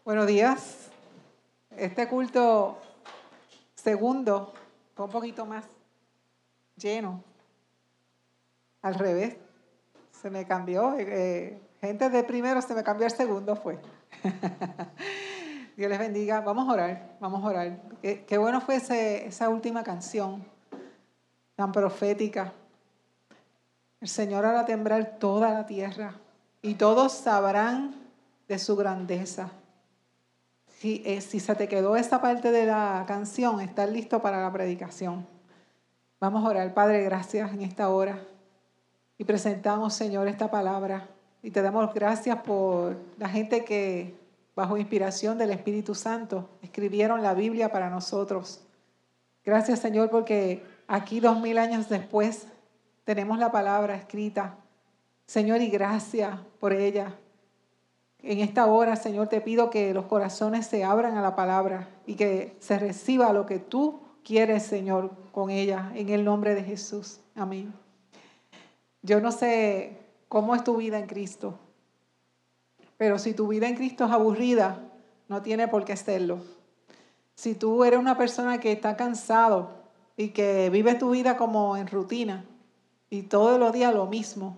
Buenos días. Este culto segundo fue un poquito más lleno. Al revés, se me cambió. Gente de primero se me cambió el segundo fue. Dios les bendiga. Vamos a orar, vamos a orar. Qué bueno fue esa última canción tan profética. El Señor hará temblar toda la tierra y todos sabrán de su grandeza. Si se te quedó esa parte de la canción, estás listo para la predicación. Vamos a orar. Padre, gracias en esta hora. Y presentamos, Señor, esta palabra. Y te damos gracias por la gente que, bajo inspiración del Espíritu Santo, escribieron la Biblia para nosotros. Gracias, Señor, porque aquí 2000 años después tenemos la palabra escrita. Señor, y gracias por ella. En esta hora, Señor, te pido que los corazones se abran a la palabra y que se reciba lo que tú quieres, Señor, con ella, en el nombre de Jesús. Amén. Yo no sé cómo es tu vida en Cristo, pero si tu vida en Cristo es aburrida, no tiene por qué serlo. Si tú eres una persona que está cansado y que vive tu vida como en rutina y todos los días lo mismo.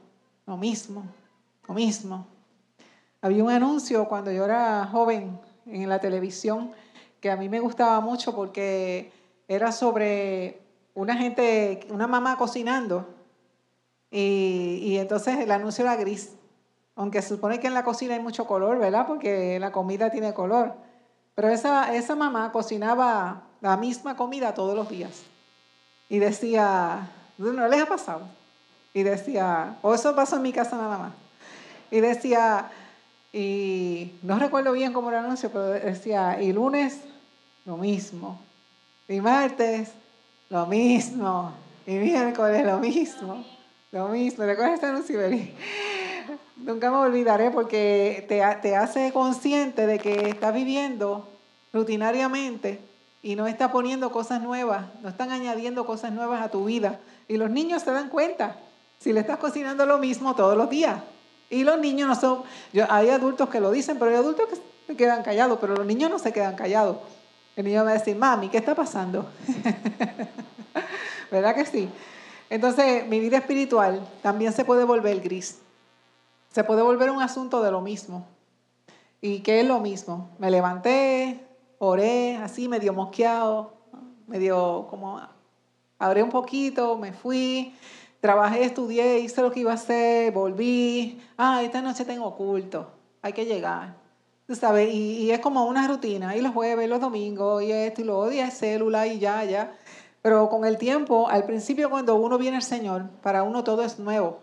Había un anuncio cuando yo era joven en la televisión que a mí me gustaba mucho porque era sobre una mamá cocinando y entonces el anuncio era gris. Aunque se supone que en la cocina hay mucho color, ¿verdad? Porque la comida tiene color. Pero esa mamá cocinaba la misma comida todos los días. Y decía, ¿no les ha pasado? Y decía, o eso pasó en mi casa nada más. Y decía... Y no recuerdo bien cómo era el anuncio, pero decía, y lunes, lo mismo. Y martes, lo mismo. Y miércoles, lo mismo. ¿Recuerdas este anuncio, Beli? Nunca me olvidaré porque te hace consciente de que estás viviendo rutinariamente y no está poniendo cosas nuevas, no están añadiendo cosas nuevas a tu vida. Y los niños se dan cuenta si le estás cocinando lo mismo todos los días. Y los niños no son, hay adultos que lo dicen, pero hay adultos que se quedan callados, pero los niños no se quedan callados. El niño va a decir, mami, ¿qué está pasando? ¿Verdad que sí? Entonces, mi vida espiritual también se puede volver gris. Se puede volver un asunto de lo mismo. ¿Y qué es lo mismo? Me levanté, oré, así medio mosqueado, medio como oré un poquito, me fui, trabajé, estudié, hice lo que iba a hacer, volví. Esta noche tengo culto, hay que llegar. Tú sabes, y es como una rutina. Y los jueves, los domingos, y esto y lo otro, y es célula, y ya. Pero con el tiempo, al principio cuando uno viene al Señor, para uno todo es nuevo.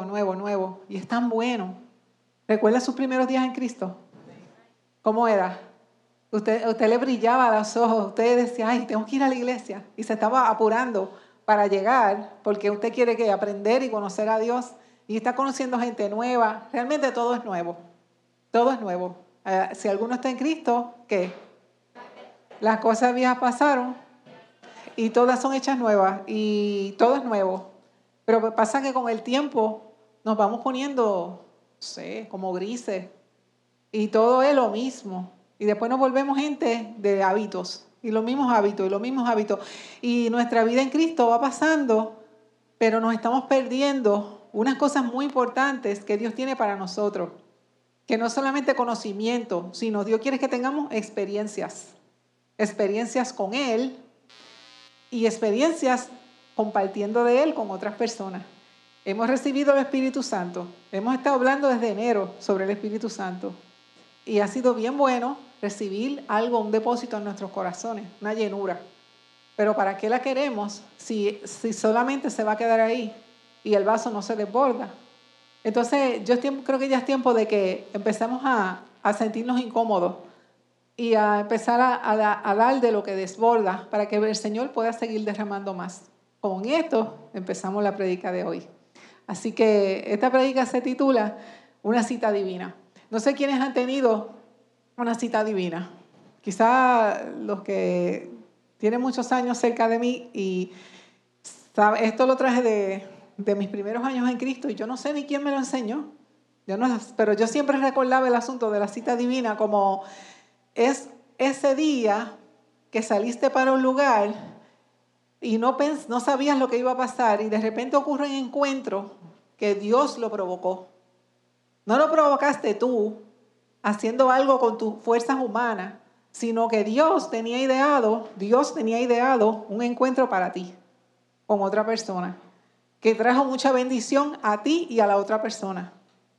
Y es tan bueno. ¿Recuerda sus primeros días en Cristo? ¿Cómo era? Usted le brillaba a los ojos, usted decía, ay, tengo que ir a la iglesia. Y se estaba apurando para llegar, porque usted quiere que aprender y conocer a Dios. Y está conociendo gente nueva. Realmente todo es nuevo. Todo es nuevo. Si alguno está en Cristo, ¿qué? Las cosas viejas pasaron y todas son hechas nuevas. Y todo es nuevo. Pero pasa que con el tiempo nos vamos poniendo, no sé, como grises. Y todo es lo mismo. Y después nos volvemos gente de hábitos. Y los mismos hábitos. Y nuestra vida en Cristo va pasando, pero nos estamos perdiendo unas cosas muy importantes que Dios tiene para nosotros. Que no solamente conocimiento, sino Dios quiere que tengamos experiencias. Experiencias con Él y experiencias compartiendo de Él con otras personas. Hemos recibido el Espíritu Santo. Hemos estado hablando desde enero sobre el Espíritu Santo. Y ha sido bien bueno recibir algo, un depósito en nuestros corazones, una llenura. Pero ¿para qué la queremos si solamente se va a quedar ahí y el vaso no se desborda? Entonces yo creo que ya es tiempo de que empecemos a sentirnos incómodos y a empezar a dar de lo que desborda para que el Señor pueda seguir derramando más. Con esto empezamos la prédica de hoy. Así que esta prédica se titula Una cita divina. No sé quiénes han tenido una cita divina. Quizá los que tienen muchos años cerca de mí y esto lo traje de mis primeros años en Cristo y yo no sé ni quién me lo enseñó. Pero yo siempre recordaba el asunto de la cita divina como es ese día que saliste para un lugar y no sabías lo que iba a pasar y de repente ocurre un encuentro que Dios lo provocó. No lo provocaste tú haciendo algo con tus fuerzas humanas, sino que Dios tenía ideado un encuentro para ti con otra persona que trajo mucha bendición a ti y a la otra persona.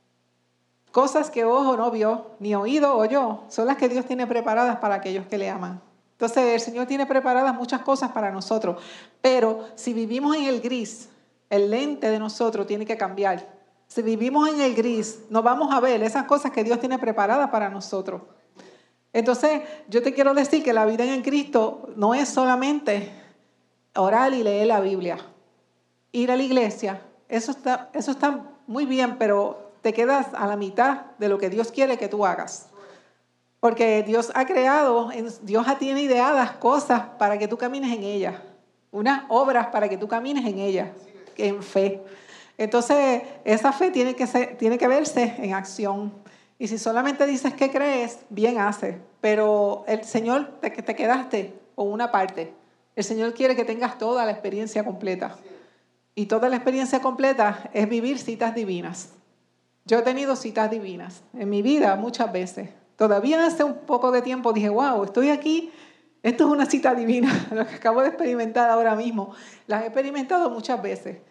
Cosas que ojo no vio, ni oído oyó, son las que Dios tiene preparadas para aquellos que le aman. Entonces el Señor tiene preparadas muchas cosas para nosotros, pero si vivimos en el gris, el lente de nosotros tiene que cambiar. Si vivimos en el gris, no vamos a ver esas cosas que Dios tiene preparadas para nosotros. Entonces yo te quiero decir que la vida en Cristo no es solamente orar y leer la Biblia. Ir a la iglesia, eso está muy bien, pero te quedas a la mitad de lo que Dios quiere que tú hagas. Porque Dios tiene ideadas cosas para que tú camines en ellas, unas obras para que tú camines en ellas, en fe. Entonces, esa fe tiene que verse en acción. Y si solamente dices que crees, bien haces. Pero el Señor, te quedaste con una parte. El Señor quiere que tengas toda la experiencia completa. Y toda la experiencia completa es vivir citas divinas. Yo he tenido citas divinas en mi vida muchas veces. Todavía hace un poco de tiempo dije, wow, estoy aquí, esto es una cita divina, lo que acabo de experimentar ahora mismo. Las he experimentado muchas veces.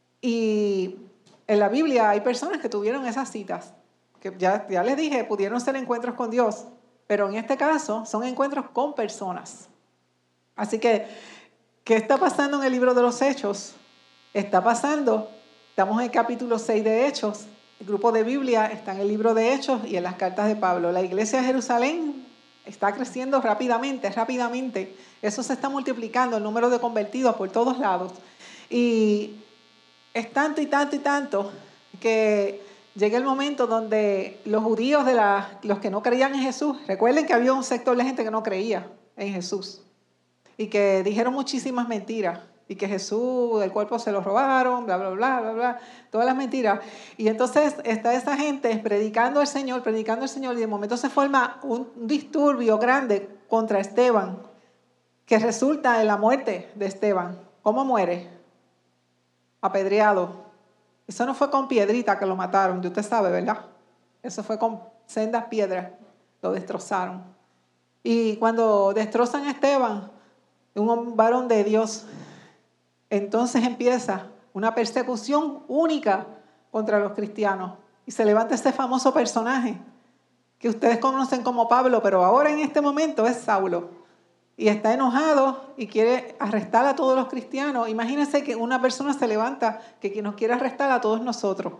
Y en la Biblia hay personas que tuvieron esas citas, que ya les dije, pudieron ser encuentros con Dios, pero en este caso son encuentros con personas. Así que, ¿qué está pasando en el libro de los Hechos? Estamos en el capítulo 6 de Hechos. El grupo de Biblia está en el libro de Hechos y en las cartas de Pablo. La iglesia de Jerusalén está creciendo rápidamente. Eso se está multiplicando, el número de convertidos por todos lados. Y es tanto y tanto y tanto que llega el momento donde los judíos, los que no creían en Jesús, recuerden que había un sector de gente que no creía en Jesús y que dijeron muchísimas mentiras. Y que Jesús, el cuerpo se lo robaron, bla, bla, bla, bla, bla, todas las mentiras. Y entonces está esa gente predicando al Señor, y de momento se forma un disturbio grande contra Esteban, que resulta en la muerte de Esteban. ¿Cómo muere? Apedreado. Eso no fue con piedrita que lo mataron, usted sabe, ¿verdad? Eso fue con sendas piedras, lo destrozaron. Y cuando destrozan a Esteban, un varón de Dios, entonces empieza una persecución única contra los cristianos. Y se levanta este famoso personaje que ustedes conocen como Pablo, pero ahora en este momento es Saulo. Y está enojado y quiere arrestar a todos los cristianos. Imagínense que una persona se levanta que nos quiere arrestar a todos nosotros.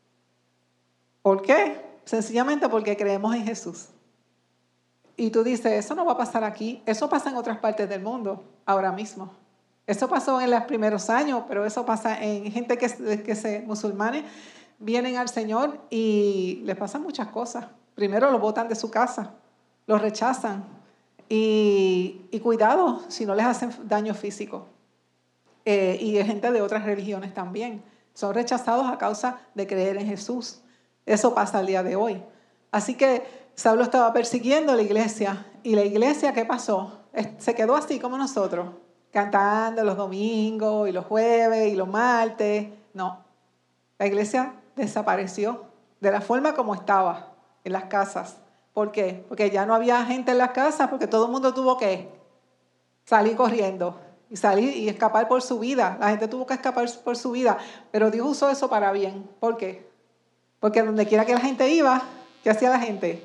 ¿Por qué? Sencillamente porque creemos en Jesús. Y tú dices, eso no va a pasar aquí. Eso pasa en otras partes del mundo ahora mismo. Eso pasó en los primeros años, pero eso pasa en gente musulmanes vienen al Señor y les pasan muchas cosas. Primero lo botan de su casa, lo rechazan y cuidado si no les hacen daño físico. Y gente de otras religiones también. Son rechazados a causa de creer en Jesús. Eso pasa al día de hoy. Así que Saulo estaba persiguiendo a la iglesia. ¿Y la iglesia qué pasó? Se quedó así como nosotros, cantando los domingos y los jueves y los martes. No, la iglesia desapareció de la forma como estaba en las casas. ¿Por qué? Porque ya no había gente en las casas, porque todo el mundo tuvo que salir corriendo y salir y escapar por su vida. La gente tuvo que escapar por su vida, pero Dios usó eso para bien. ¿Por qué? Porque donde quiera que la gente iba, ¿qué hacía la gente?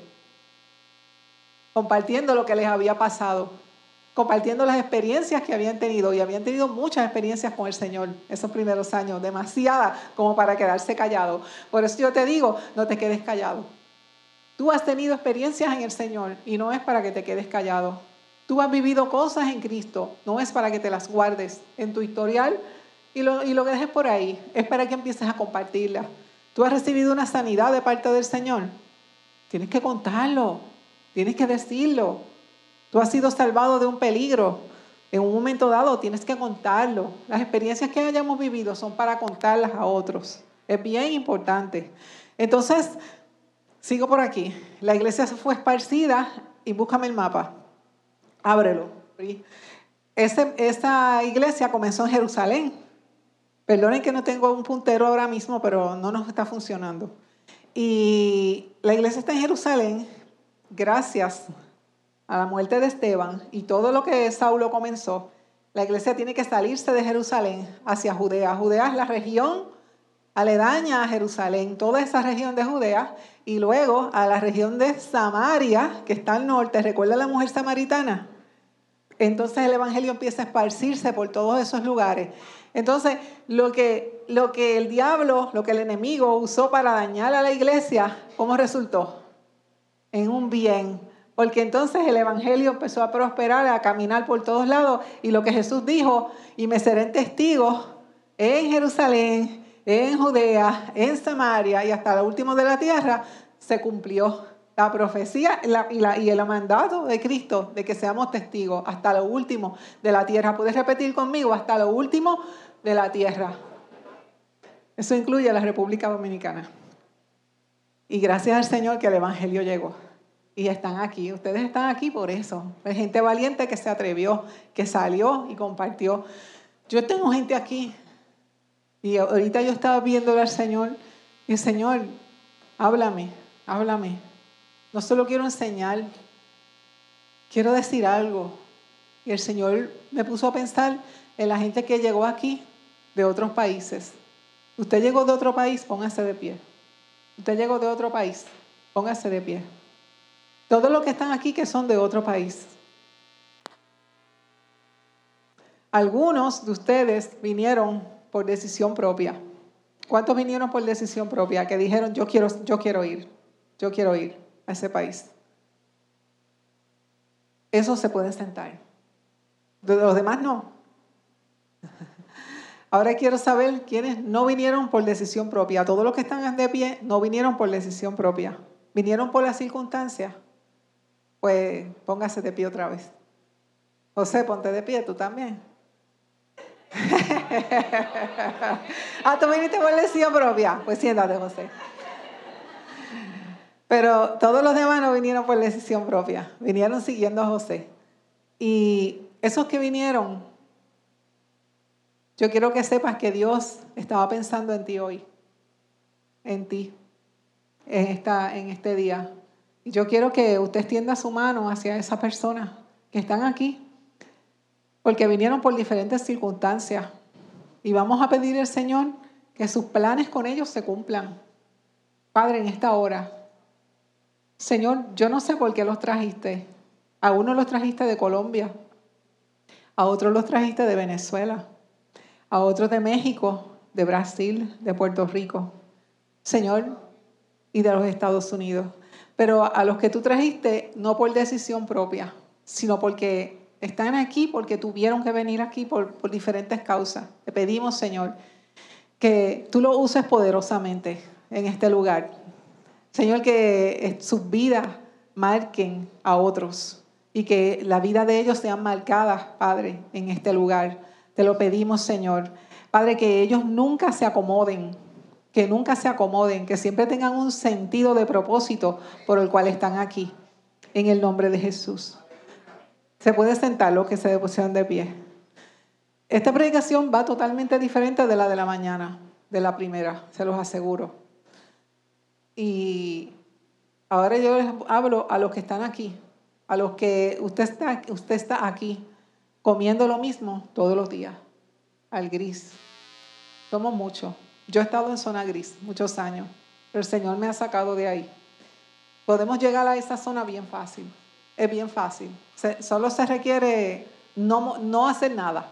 Compartiendo lo que les había pasado, compartiendo las experiencias que habían tenido, y habían tenido muchas experiencias con el Señor esos primeros años, demasiadas como para quedarse callado. Por eso yo te digo, no te quedes callado. Tú has tenido experiencias en el Señor y no es para que te quedes callado. Tú has vivido cosas en Cristo, no es para que te las guardes en tu historial y lo que dejes por ahí, es para que empieces a compartirlas. Tú has recibido una sanidad de parte del Señor, tienes que contarlo, tienes que decirlo. Tú has sido salvado de un peligro. En un momento dado tienes que contarlo. Las experiencias que hayamos vivido son para contarlas a otros. Es bien importante. Entonces, sigo por aquí. La iglesia fue esparcida y búscame el mapa. Ábrelo. Esa iglesia comenzó en Jerusalén. Perdonen que no tengo un puntero ahora mismo, pero no nos está funcionando. Y la iglesia está en Jerusalén gracias a la muerte de Esteban y todo lo que Saulo comenzó. La iglesia tiene que salirse de Jerusalén hacia Judea. Judea es la región aledaña a Jerusalén, toda esa región de Judea, y luego a la región de Samaria, que está al norte. ¿Recuerda la mujer samaritana? Entonces el evangelio empieza a esparcirse por todos esos lugares. Entonces, lo que el diablo, lo que el enemigo usó para dañar a la iglesia, ¿cómo resultó? En un bien. Porque entonces el evangelio empezó a prosperar, a caminar por todos lados. Y lo que Jesús dijo, y me serán testigos en Jerusalén, en Judea, en Samaria y hasta lo último de la tierra, se cumplió. La profecía y el mandato de Cristo de que seamos testigos hasta lo último de la tierra. ¿Puedes repetir conmigo? Hasta lo último de la tierra. Eso incluye a la República Dominicana. Y gracias al Señor que el evangelio llegó. Y están aquí. Ustedes están aquí por eso. Hay gente valiente que se atrevió, que salió y compartió. Yo tengo gente aquí. Y ahorita yo estaba viéndole al Señor. Y Señor, háblame. No solo quiero enseñar, quiero decir algo. Y el Señor me puso a pensar en la gente que llegó aquí de otros países. Usted llegó de otro país, póngase de pie. Usted llegó de otro país, póngase de pie. Todos los que están aquí que son de otro país. Algunos de ustedes vinieron por decisión propia. ¿Cuántos vinieron por decisión propia? Que dijeron, yo quiero ir a ese país. Eso se puede sentar. De los demás no. Ahora quiero saber quiénes no vinieron por decisión propia. Todos los que están de pie no vinieron por decisión propia. ¿Vinieron por las circunstancias? Pues póngase de pie otra vez. José, ponte de pie, tú también. Tú viniste por decisión propia. Pues siéntate, José. Pero todos los demás no vinieron por decisión propia, vinieron siguiendo a José. Y esos que vinieron, yo quiero que sepas que Dios estaba pensando en ti hoy, en ti, en este día. Y yo quiero que usted extienda su mano hacia esas personas que están aquí, porque vinieron por diferentes circunstancias. Y vamos a pedir al Señor que sus planes con ellos se cumplan. Padre, en esta hora, Señor, yo no sé por qué los trajiste. A unos los trajiste de Colombia, a otros los trajiste de Venezuela, a otros de México, de Brasil, de Puerto Rico, Señor, y de los Estados Unidos. Pero a los que tú trajiste, no por decisión propia, sino porque están aquí, porque tuvieron que venir aquí por diferentes causas. Te pedimos, Señor, que tú lo uses poderosamente en este lugar. Señor, que sus vidas marquen a otros y que la vida de ellos sean marcadas, Padre, en este lugar. Te lo pedimos, Señor. Padre, que ellos nunca se acomoden, que siempre tengan un sentido de propósito por el cual están aquí, en el nombre de Jesús. Se puede sentar los que se pusieron de pie. Esta predicación va totalmente diferente de la de la mañana, de la primera, se los aseguro. Y ahora yo les hablo a los que están aquí, a los que usted está aquí comiendo lo mismo todos los días, al gris. Somos muchos. Yo he estado en zona gris muchos años, pero el Señor me ha sacado de ahí. Podemos llegar a esa zona bien fácil. Es bien fácil. Solo se requiere no hacer nada.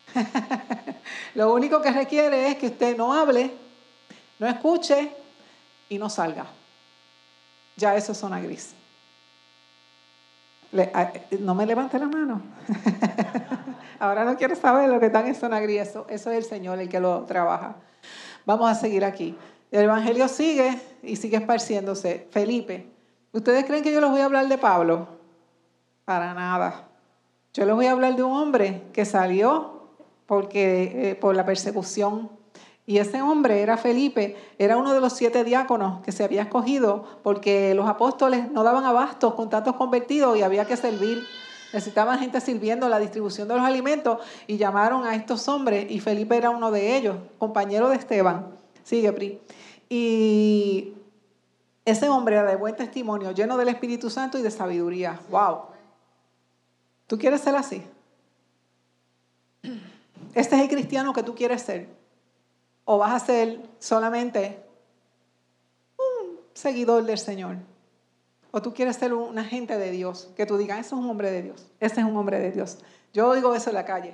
Lo único que requiere es que usted no hable, no escuche y no salga. Ya eso es zona gris. No me levante la mano. Ahora no quiero saber lo que está en zona gris. Eso es el Señor el que lo trabaja. Vamos a seguir aquí. El evangelio sigue y sigue esparciéndose. Felipe, ¿ustedes creen que yo les voy a hablar de Pablo? Para nada. Yo les voy a hablar de un hombre que salió por la persecución Y ese hombre era Felipe, era uno de los 7 diáconos que se había escogido porque los apóstoles no daban abasto con tantos convertidos y había que servir. Necesitaban gente sirviendo la distribución de los alimentos y llamaron a estos hombres y Felipe era uno de ellos, compañero de Esteban. Sigue, Pri. Y ese hombre era de buen testimonio, lleno del Espíritu Santo y de sabiduría. ¡Wow! ¿Tú quieres ser así? ¿Este es el cristiano que tú quieres ser? ¿O vas a ser solamente un seguidor del Señor? ¿O tú quieres ser un agente de Dios? Que tú digas, ese es un hombre de Dios. Ese es un hombre de Dios. Yo oigo eso en la calle.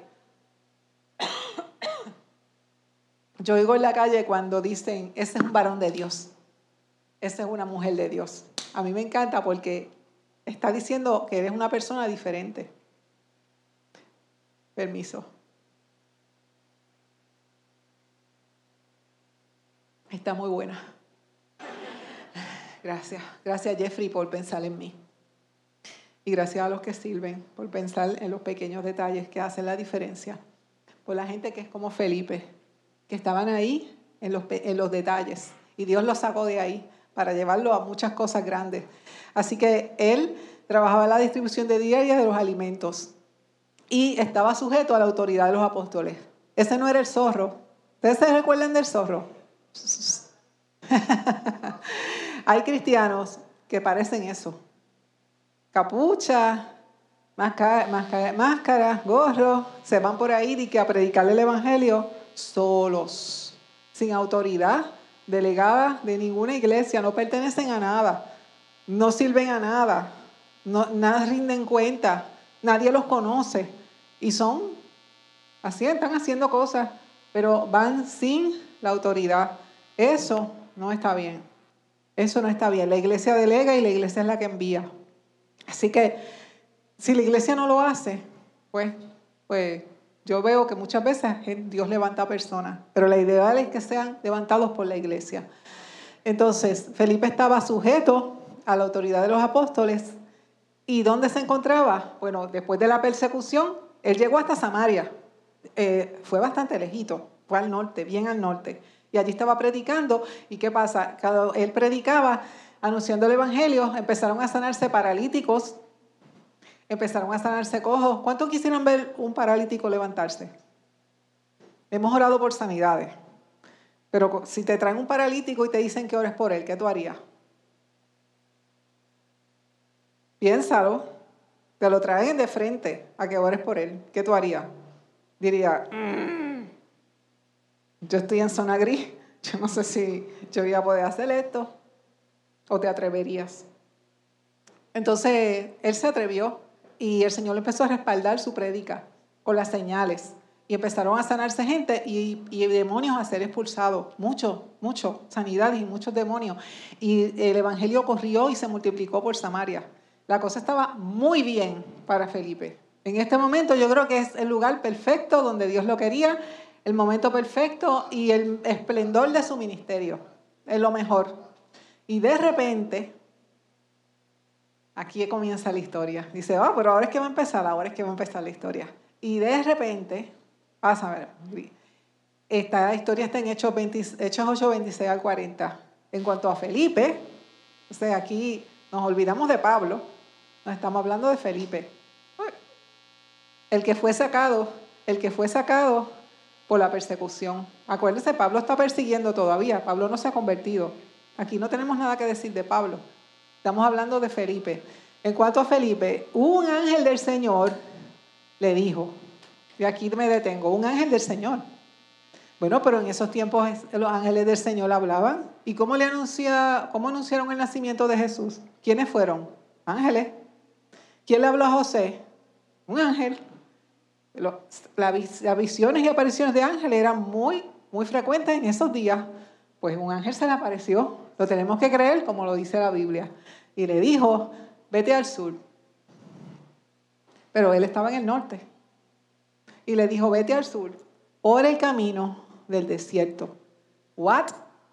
Yo oigo en la calle cuando dicen, ese es un varón de Dios. Esa es una mujer de Dios. A mí me encanta porque está diciendo que eres una persona diferente. Permiso. Está muy buena. Gracias. Gracias, Jeffrey, por pensar en mí. Y gracias a los que sirven por pensar en los pequeños detalles que hacen la diferencia. Por la gente que es como Felipe, que estaban ahí en los detalles. Y Dios los sacó de ahí para llevarlo a muchas cosas grandes. Así que él trabajaba en la distribución diaria de los alimentos y estaba sujeto a la autoridad de los apóstoles. Ese no era el zorro. ¿Ustedes se recuerdan del zorro? Hay cristianos que parecen eso. Capucha, máscara, gorro, se van por ahí y que a predicarle el evangelio solos, sin autoridad delegada de ninguna iglesia, no pertenecen a nada, no sirven a nada, nada rinden cuenta, nadie los conoce y son así, están haciendo cosas, pero van sin la autoridad. Eso no está bien. Eso no está bien. La iglesia delega y la iglesia es la que envía. Así que si la iglesia no lo hace, pues yo veo que muchas veces Dios levanta a personas, pero la ideal es que sean levantados por la iglesia. Entonces, Felipe estaba sujeto a la autoridad de los apóstoles. ¿Y dónde se encontraba? Bueno, después de la persecución, él llegó hasta Samaria. Fue bastante lejito, fue al norte, bien al norte. Y allí estaba predicando. ¿Y qué pasa? Cuando él predicaba, anunciando el evangelio, empezaron a sanarse paralíticos, empezaron a sanarse cojos. ¿Cuántos quisieran ver un paralítico levantarse? Hemos orado por sanidades. Pero si te traen un paralítico y te dicen que ores por él, ¿qué tú harías? Piénsalo. Te lo traen de frente a que ores por él. ¿Qué tú harías? Diría, yo estoy en zona gris. Yo no sé si yo voy a poder hacer esto. ¿O te atreverías? Entonces, él se atrevió y el Señor le empezó a respaldar su prédica con las señales. Y empezaron a sanarse gente y demonios a ser expulsados. Mucho, sanidades y muchos demonios. Y el evangelio corrió y se multiplicó por Samaria. La cosa estaba muy bien para Felipe. En este momento yo creo que es el lugar perfecto donde Dios lo quería, el momento perfecto y el esplendor de su ministerio. Es lo mejor. Y de repente, aquí comienza la historia. Dice, pero ahora es que va a empezar la historia. Y de repente, pasa a ver, esta historia está en Hechos 8, 26 al 40. En cuanto a Felipe, o sea, aquí nos olvidamos de Pablo, nos estamos hablando de Felipe. El que fue sacado por la persecución. Acuérdense, Pablo está persiguiendo todavía, Pablo no se ha convertido. Aquí no tenemos nada que decir de Pablo. Estamos hablando de Felipe. En cuanto a Felipe, un ángel del Señor le dijo, y aquí me detengo, un ángel del Señor. Bueno, pero en esos tiempos los ángeles del Señor hablaban. ¿Y cómo anunciaron el nacimiento de Jesús? ¿Quiénes fueron? Ángeles. ¿Quién le habló a José? Un ángel. Las visiones y apariciones de ángeles eran muy, muy frecuentes en esos días. Pues un ángel se le apareció. Lo tenemos que creer como lo dice la Biblia. Y le dijo, vete al sur. Pero él estaba en el norte. Y le dijo, vete al sur, por el camino del desierto. ¿What?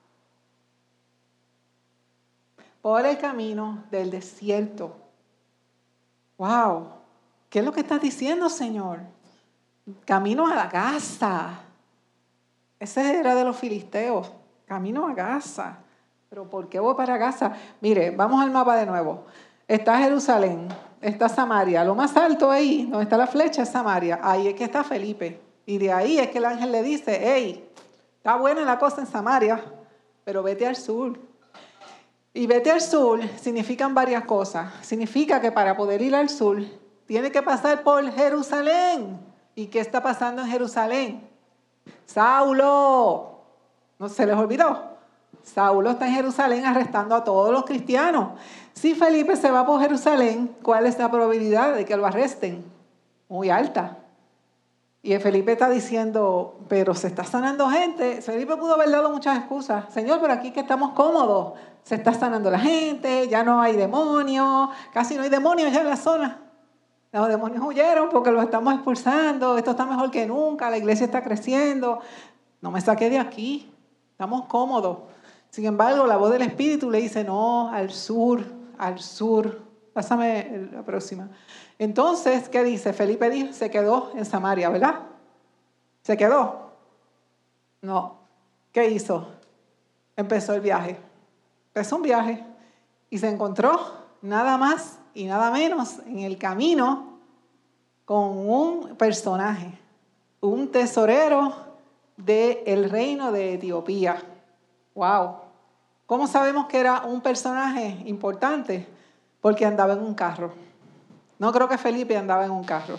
Por el camino del desierto. Wow. ¿Qué es lo que estás diciendo, Señor? Camino a la casa. Ese era de los filisteos, camino a Gaza. ¿Pero por qué voy para Gaza? Mire, vamos al mapa de nuevo. Está Jerusalén, está Samaria. Lo más alto ahí, donde está la flecha, es Samaria. Ahí es que está Felipe. Y de ahí es que el ángel le dice, hey, está buena la cosa en Samaria, pero vete al sur. Y vete al sur significan varias cosas. Significa que para poder ir al sur, tiene que pasar por Jerusalén. ¿Y qué está pasando en Jerusalén? Saulo, ¿no se les olvidó? Saulo está en Jerusalén arrestando a todos los cristianos. Si Felipe se va por Jerusalén, ¿cuál es la probabilidad de que lo arresten? Muy alta. Y Felipe está diciendo, pero se está sanando gente. Felipe pudo haber dado muchas excusas. Señor, pero aquí que estamos cómodos. Se está sanando la gente, ya no hay demonios, casi no hay demonios ya en la zona. Los demonios huyeron porque los estamos expulsando. Esto está mejor que nunca, la iglesia está creciendo. No me saqué de aquí, estamos cómodos. Sin embargo, la voz del Espíritu le dice, no, al sur, al sur. Pásame la próxima. Entonces, ¿qué dice? Felipe dijo, se quedó en Samaria, ¿verdad? ¿Se quedó? No. ¿Qué hizo? Empezó el viaje. Empezó un viaje y se encontró nada más y nada menos en el camino con un personaje, un tesorero del reino de Etiopía. ¡Wow! ¿Cómo sabemos que era un personaje importante? Porque andaba en un carro. No creo que Felipe andaba en un carro.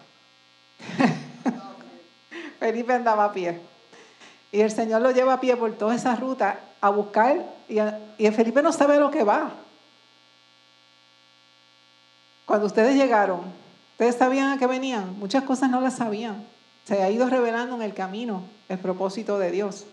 Felipe andaba a pie. Y el Señor lo lleva a pie por toda esa ruta a buscar. Y Felipe no sabe lo que va. Cuando ustedes llegaron, ¿ustedes sabían a qué venían? Muchas cosas no las sabían. Se ha ido revelando en el camino el propósito de Dios.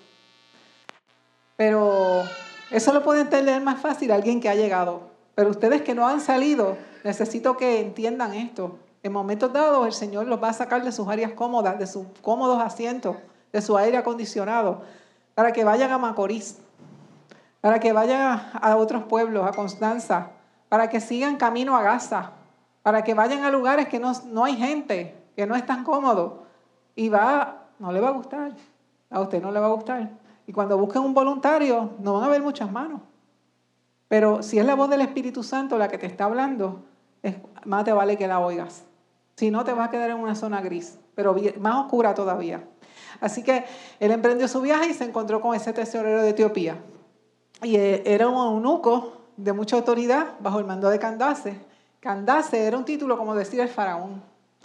Pero eso lo puede entender más fácil alguien que ha llegado. Pero ustedes que no han salido, necesito que entiendan esto. En momentos dados, el Señor los va a sacar de sus áreas cómodas, de sus cómodos asientos, de su aire acondicionado, para que vayan a Macorís, para que vayan a otros pueblos, a Constanza, para que sigan camino a Gaza, para que vayan a lugares que no hay gente, que no es tan cómodo. Y no le va a gustar, a usted no le va a gustar. Y cuando busquen un voluntario, no van a ver muchas manos. Pero si es la voz del Espíritu Santo la que te está hablando, más te vale que la oigas. Si no, te vas a quedar en una zona gris, pero más oscura todavía. Así que él emprendió su viaje y se encontró con ese tesorero de Etiopía. Y era un eunuco de mucha autoridad bajo el mando de Candace. Candace era un título como decir el faraón.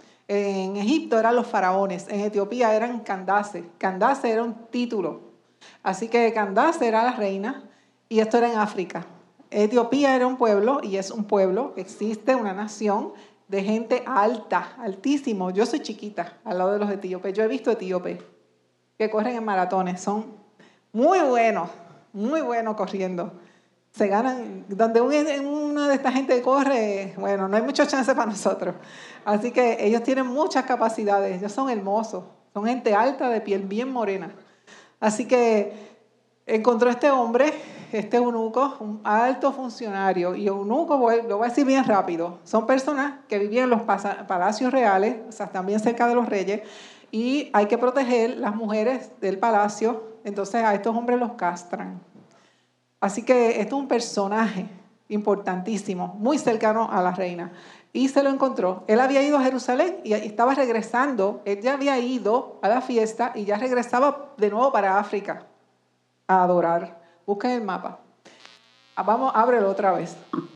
En Egipto eran los faraones, en Etiopía eran Candace. Candace era un título. Así que Candace era la reina y esto era en África. Etiopía era un pueblo y es un pueblo, existe una nación de gente alta, altísimo. Yo soy chiquita al lado de los etíopes. Yo he visto etíopes que corren en maratones. Son muy buenos corriendo. Se ganan, donde una de esta gente corre, bueno, no hay mucha chance para nosotros. Así que ellos tienen muchas capacidades, ellos son hermosos, son gente alta, de piel bien morena. Así que encontró este hombre, este eunuco, un alto funcionario. Y eunuco, lo voy a decir bien rápido, son personas que vivían en los palacios reales, o sea, también cerca de los reyes, y hay que proteger las mujeres del palacio, entonces a estos hombres los castran. Así que esto es un personaje importantísimo, muy cercano a la reina. Y se lo encontró. Él había ido a Jerusalén y estaba regresando. Él ya había ido a la fiesta y ya regresaba de nuevo para África a adorar. Busquen el mapa. Vamos, ábrelo otra vez.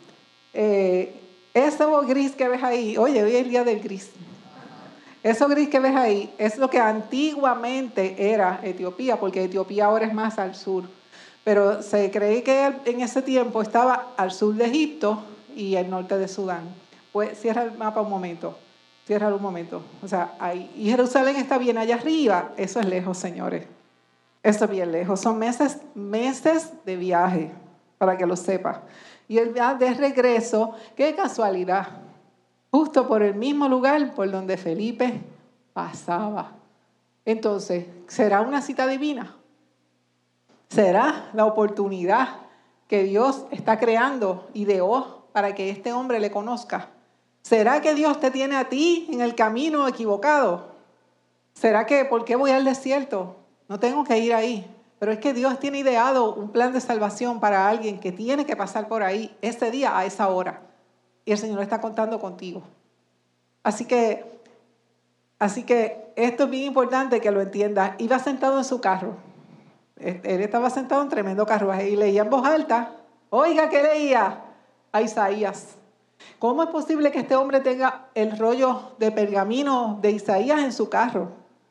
Eso gris que ves ahí, oye, hoy es el día del gris. Eso gris que ves ahí es lo que antiguamente era Etiopía, porque Etiopía ahora es más al sur. Pero se cree que en ese tiempo estaba al sur de Egipto y el norte de Sudán. Pues cierra el mapa un momento. Cierra un momento. O sea, ahí. Y Jerusalén está bien allá arriba. Eso es lejos, señores. Eso es bien lejos. Son meses de viaje, para que lo sepas. Y el viaje de regreso, qué casualidad. Justo por el mismo lugar por donde Felipe pasaba. Entonces, ¿será una cita divina? ¿Será la oportunidad que Dios está creando, ideó para que este hombre le conozca? ¿Será que Dios te tiene a ti en el camino equivocado? ¿Será que por qué voy al desierto? no tengo que ir ahí. Pero es que Dios tiene ideado un plan de salvación para alguien que tiene que pasar por ahí ese día a esa hora. Y el Señor está contando contigo. Así que esto es bien importante que lo entiendas. Iba sentado en su carro. Él estaba sentado en tremendo carruaje y leía en voz alta. Oiga, ¿qué leía? A Isaías. ¿Cómo es posible que este hombre tenga el rollo de pergamino de Isaías en su carro?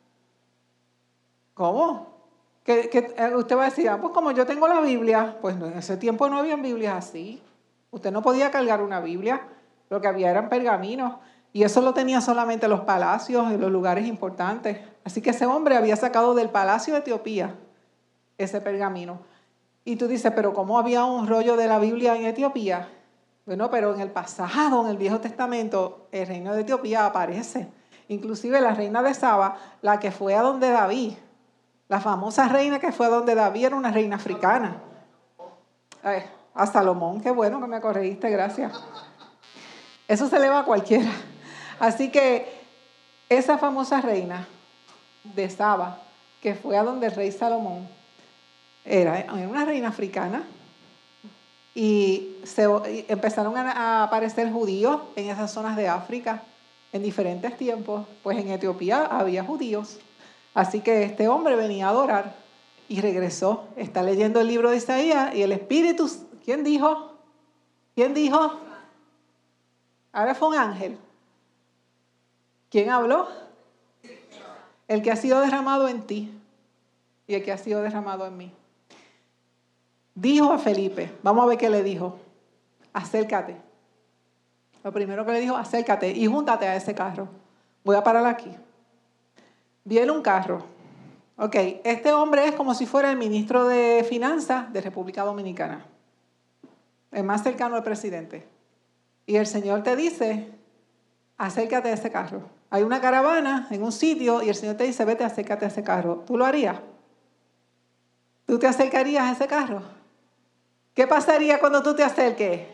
¿Cómo? Que usted va a decir, pues como yo tengo la Biblia, pues en ese tiempo no había Biblias así. Usted no podía cargar una Biblia, lo que había eran pergaminos. Y eso lo tenían solamente los palacios y los lugares importantes. Así que ese hombre había sacado del palacio de Etiopía ese pergamino. Y tú dices, pero ¿cómo había un rollo de la Biblia en Etiopía? Bueno, pero en el pasado, en el Viejo Testamento, el reino de Etiopía aparece. Inclusive la reina de Saba, la que fue a donde David, la famosa reina que fue a donde David, era una reina africana. A Salomón, qué bueno que me corregiste, gracias. Eso se le va a cualquiera. Así que esa famosa reina de Saba, que fue a donde el rey Salomón, era una reina africana. Y empezaron a aparecer judíos en esas zonas de África en diferentes tiempos. Pues en Etiopía había judíos. Así que este hombre venía a adorar y regresó. Está leyendo el libro de Isaías y el Espíritu, ¿quién dijo? ¿Quién dijo? Ahora fue un ángel. ¿Quién habló? El que ha sido derramado en ti y el que ha sido derramado en mí. Dijo a Felipe, vamos a ver qué le dijo. Acércate. Lo primero que le dijo, acércate y júntate a ese carro. Voy a parar aquí. Viene un carro. Ok, este hombre es como si fuera el ministro de Finanzas de República Dominicana. El más cercano al presidente. Y el Señor te dice, acércate a ese carro. Hay una caravana en un sitio y el Señor te dice, vete, acércate a ese carro. ¿Tú lo harías? ¿Tú te acercarías a ese carro? ¿Qué pasaría cuando tú te acerques?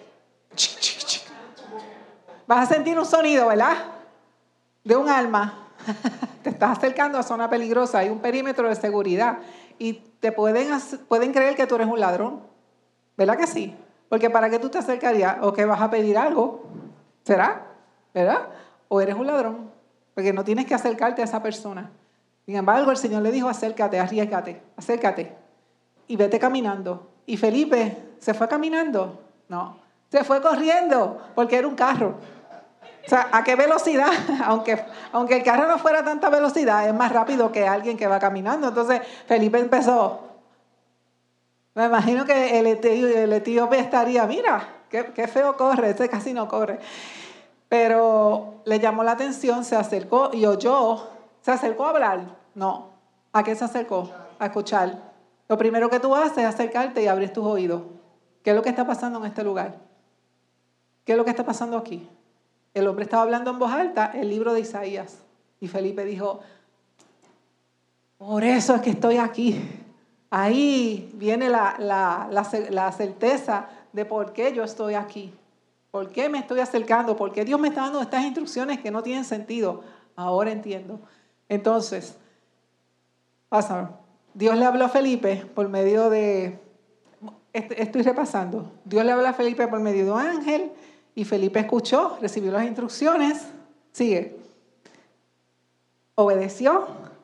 Vas a sentir un sonido, ¿verdad? De un alma. Te estás acercando a zona peligrosa. Hay un perímetro de seguridad. Y te pueden creer que tú eres un ladrón. ¿Verdad que sí? Porque ¿para qué tú te acercarías? ¿O que vas a pedir algo? ¿Será? ¿Verdad? ¿O eres un ladrón? Porque no tienes que acercarte a esa persona. Sin embargo, el Señor le dijo, acércate, arriésgate, acércate. Y vete caminando. Y Felipe, ¿se fue caminando? No, se fue corriendo porque era un carro. O sea, ¿a qué velocidad? Aunque el carro no fuera a tanta velocidad, es más rápido que alguien que va caminando. Entonces Felipe empezó. Me imagino que el etíope estaría, mira, qué feo corre, este casi no corre. Pero le llamó la atención, se acercó y oyó. ¿Se acercó a hablar? No. ¿A qué se acercó? A escuchar. Lo primero que tú haces es acercarte y abrir tus oídos. ¿Qué es lo que está pasando en este lugar? ¿Qué es lo que está pasando aquí? El hombre estaba hablando en voz alta el libro de Isaías. Y Felipe dijo, por eso es que estoy aquí. Ahí viene la certeza de por qué yo estoy aquí. ¿Por qué me estoy acercando? ¿Por qué Dios me está dando estas instrucciones que no tienen sentido? Ahora entiendo. Entonces, pasa. Dios le habló a Felipe por medio de, estoy repasando, Dios le habló a Felipe por medio de un ángel y Felipe escuchó, recibió las instrucciones, sigue, obedeció,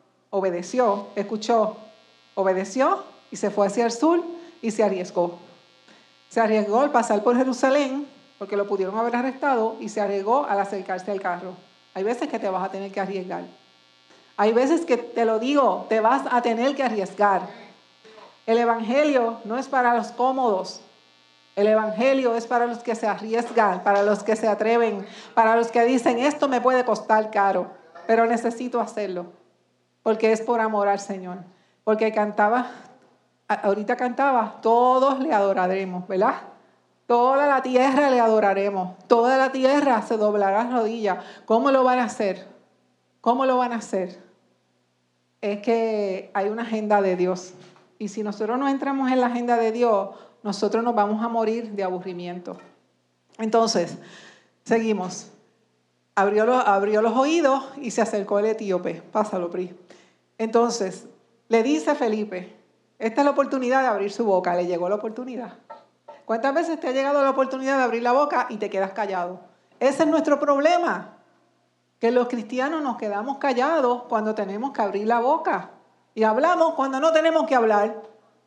escuchó, obedeció y se fue hacia el sur y se arriesgó. Se arriesgó al pasar por Jerusalén porque lo pudieron haber arrestado y se arriesgó al acercarse al carro. Hay veces que te vas a tener que arriesgar. Hay veces que, te lo digo, te vas a tener que arriesgar. El evangelio no es para los cómodos. El evangelio es para los que se arriesgan, para los que se atreven, para los que dicen, esto me puede costar caro, pero necesito hacerlo, porque es por amor al Señor. Porque ahorita cantaba, todos le adoraremos, ¿verdad? Toda la tierra le adoraremos, toda la tierra se doblará rodilla. ¿Cómo lo van a hacer? ¿Cómo lo van a hacer? Es que hay una agenda de Dios. Y si nosotros no entramos en la agenda de Dios, nosotros nos vamos a morir de aburrimiento. Entonces, seguimos. Abrió los oídos y se acercó el etíope. Pásalo, Pri. Entonces, le dice Felipe, esta es la oportunidad de abrir su boca. Le llegó la oportunidad. ¿Cuántas veces te ha llegado la oportunidad de abrir la boca y te quedas callado? Ese es nuestro problema, que los cristianos nos quedamos callados cuando tenemos que abrir la boca y hablamos cuando no tenemos que hablar.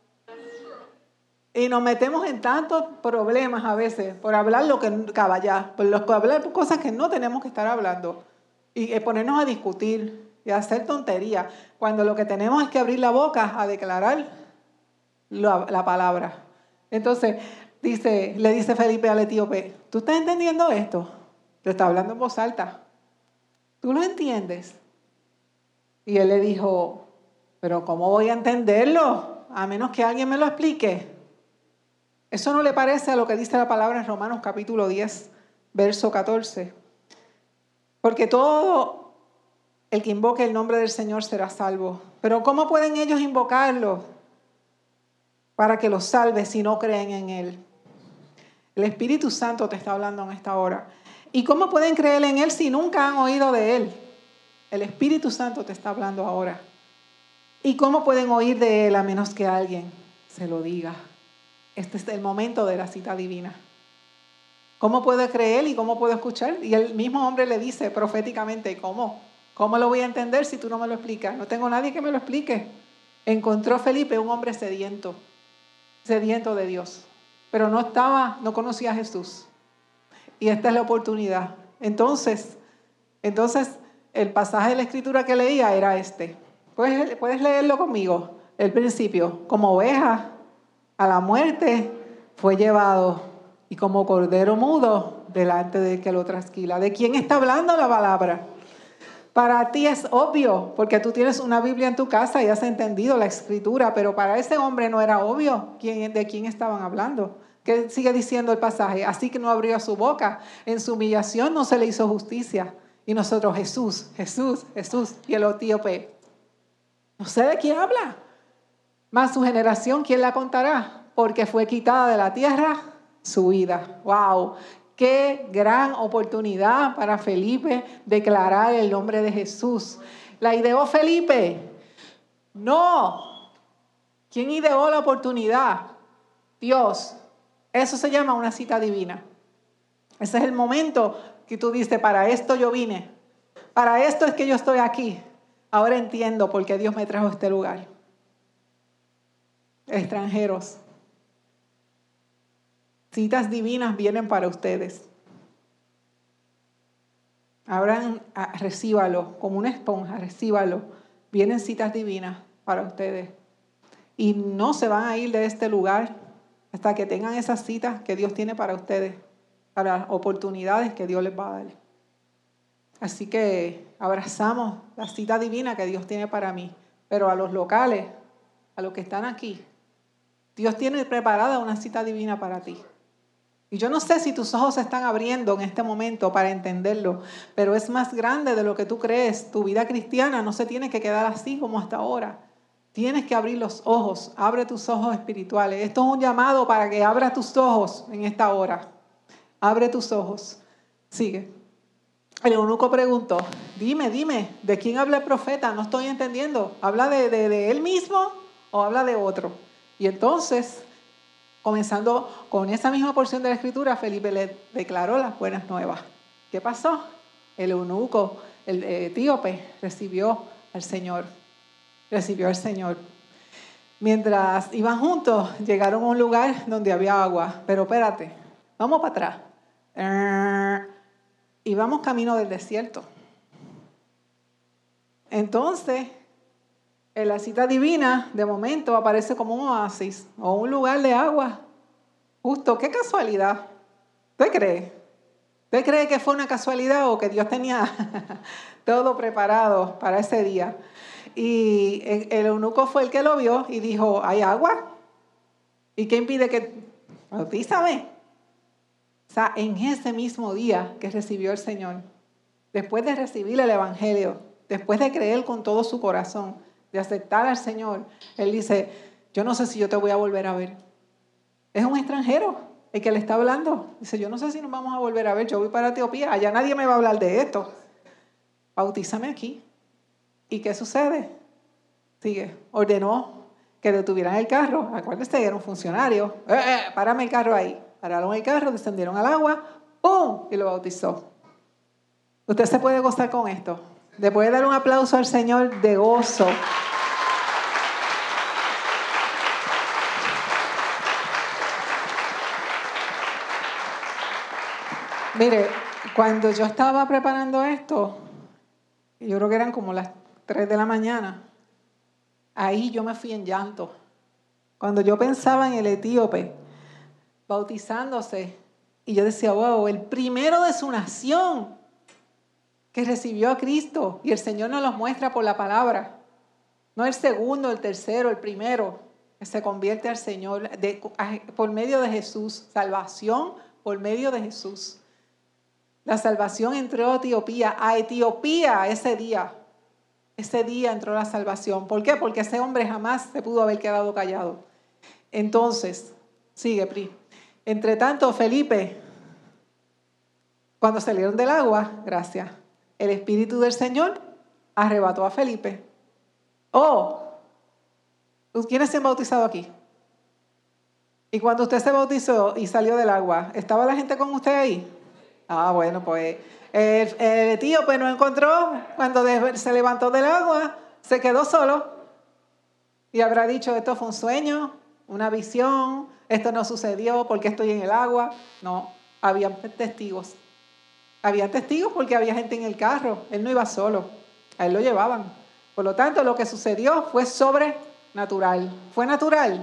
Y nos metemos en tantos problemas a veces por hablar lo que caballar, por hablar cosas que no tenemos que estar hablando y ponernos a discutir y a hacer tonterías, cuando lo que tenemos es que abrir la boca a declarar la palabra. Entonces, le dice Felipe al etíope, ¿tú estás entendiendo esto? Te está hablando en voz alta. ¿Tú lo entiendes? Y él le dijo, pero ¿cómo voy a entenderlo? A menos que alguien me lo explique. ¿Eso no le parece a lo que dice la palabra en Romanos capítulo 10, verso 14? Porque todo el que invoque el nombre del Señor será salvo. Pero ¿cómo pueden ellos invocarlo para que los salve si no creen en Él? El Espíritu Santo te está hablando en esta hora. ¿Y cómo pueden creer en Él si nunca han oído de Él? El Espíritu Santo te está hablando ahora. ¿Y cómo pueden oír de Él a menos que alguien se lo diga? Este es el momento de la cita divina. ¿Cómo puedo creer y cómo puedo escuchar? Y el mismo hombre le dice proféticamente, ¿cómo? ¿Cómo lo voy a entender si tú no me lo explicas? No tengo nadie que me lo explique. Encontró Felipe un hombre sediento de Dios, pero no conocía a Jesús. Y esta es la oportunidad. Entonces, el pasaje de la Escritura que leía era este. ¿Puedes leerlo conmigo? El principio. Como oveja a la muerte fue llevado, y como cordero mudo delante de que lo trasquila. ¿De quién está hablando la palabra? Para ti es obvio, porque tú tienes una Biblia en tu casa y has entendido la Escritura, pero para ese hombre no era obvio de quién estaban hablando. ¿Qué sigue diciendo el pasaje? Así que no abrió su boca. En su humillación no se le hizo justicia. Y nosotros, Jesús. Y el etíope, no sé de quién habla. Mas su generación, ¿quién la contará? Porque fue quitada de la tierra su vida. ¡Wow! ¡Qué gran oportunidad para Felipe declarar el nombre de Jesús! ¿La ideó Felipe? No. ¿Quién ideó la oportunidad? Dios. Eso se llama una cita divina. Ese es el momento que tú dices, para esto yo vine. Para esto es que yo estoy aquí. Ahora entiendo por qué Dios me trajo a este lugar. Extranjeros. Citas divinas vienen para ustedes. Recíbalo como una esponja, recíbalo. Vienen citas divinas para ustedes. Y no se van a ir de este lugar hasta que tengan esas citas que Dios tiene para ustedes, para las oportunidades que Dios les va a dar. Así que abrazamos la cita divina que Dios tiene para mí. Pero a los locales, a los que están aquí, Dios tiene preparada una cita divina para ti. Y yo no sé si tus ojos se están abriendo en este momento para entenderlo, pero es más grande de lo que tú crees. Tu vida cristiana no se tiene que quedar así como hasta ahora. Tienes que abrir los ojos, abre tus ojos espirituales. Esto es un llamado para que abras tus ojos en esta hora. Abre tus ojos. Sigue. El eunuco preguntó, dime, ¿de quién habla el profeta? No estoy entendiendo. ¿Habla de él mismo o habla de otro? Y entonces, comenzando con esa misma porción de la Escritura, Felipe le declaró las buenas nuevas. ¿Qué pasó? El eunuco, el etíope, recibió al Señor. Mientras iban juntos, llegaron a un lugar donde había agua. Pero espérate, vamos para atrás. Y vamos camino del desierto. Entonces, en la cita divina, de momento, aparece como un oasis o un lugar de agua. Justo, qué casualidad. ¿Usted cree? ¿Usted cree que fue una casualidad o que Dios tenía todo preparado para ese día? Y el eunuco fue el que lo vio y dijo, ¿hay agua? ¿Y qué impide que bautízame? O sea, en ese mismo día que recibió el Señor, después de recibir el Evangelio, después de creer con todo su corazón, de aceptar al Señor, Él dice, yo no sé si yo te voy a volver a ver. Es un extranjero el que le está hablando. Dice, yo no sé si nos vamos a volver a ver, yo voy para Etiopía, allá nadie me va a hablar de esto. Bautízame aquí. ¿Y qué sucede? sigue, ordenó que detuvieran el carro. Acuérdense, era un funcionario. Párame el carro ahí. Pararon el carro, descendieron al agua, ¡pum! Y lo bautizó. Usted se puede gozar con esto. Le puede dar un aplauso al Señor de gozo. Mire, cuando yo estaba preparando esto, yo creo que eran como las 3 de la mañana, ahí yo me fui en llanto. Cuando yo pensaba en el etíope bautizándose, y yo decía, wow, el primero de su nación que recibió a Cristo, y el Señor nos los muestra por la palabra. No el segundo, el tercero, el primero, que se convierte al Señor por medio de Jesús. Salvación por medio de Jesús. La salvación entró a Etiopía ese día. Ese día entró la salvación. ¿Por qué? Porque ese hombre jamás se pudo haber quedado callado. Entonces, sigue Pri. Entre tanto, Felipe, cuando salieron del agua, gracias, el Espíritu del Señor arrebató a Felipe. ¿Quiénes se han bautizado aquí? Y cuando usted se bautizó y salió del agua, ¿estaba la gente con usted ahí? Bueno, pues el etíope no encontró, cuando se levantó del agua, se quedó solo y habrá dicho, esto fue un sueño, una visión, esto no sucedió porque estoy en el agua. No, había testigos. Había testigos porque había gente en el carro, él no iba solo, a él lo llevaban. Por lo tanto, lo que sucedió fue sobrenatural. ¿Fue natural?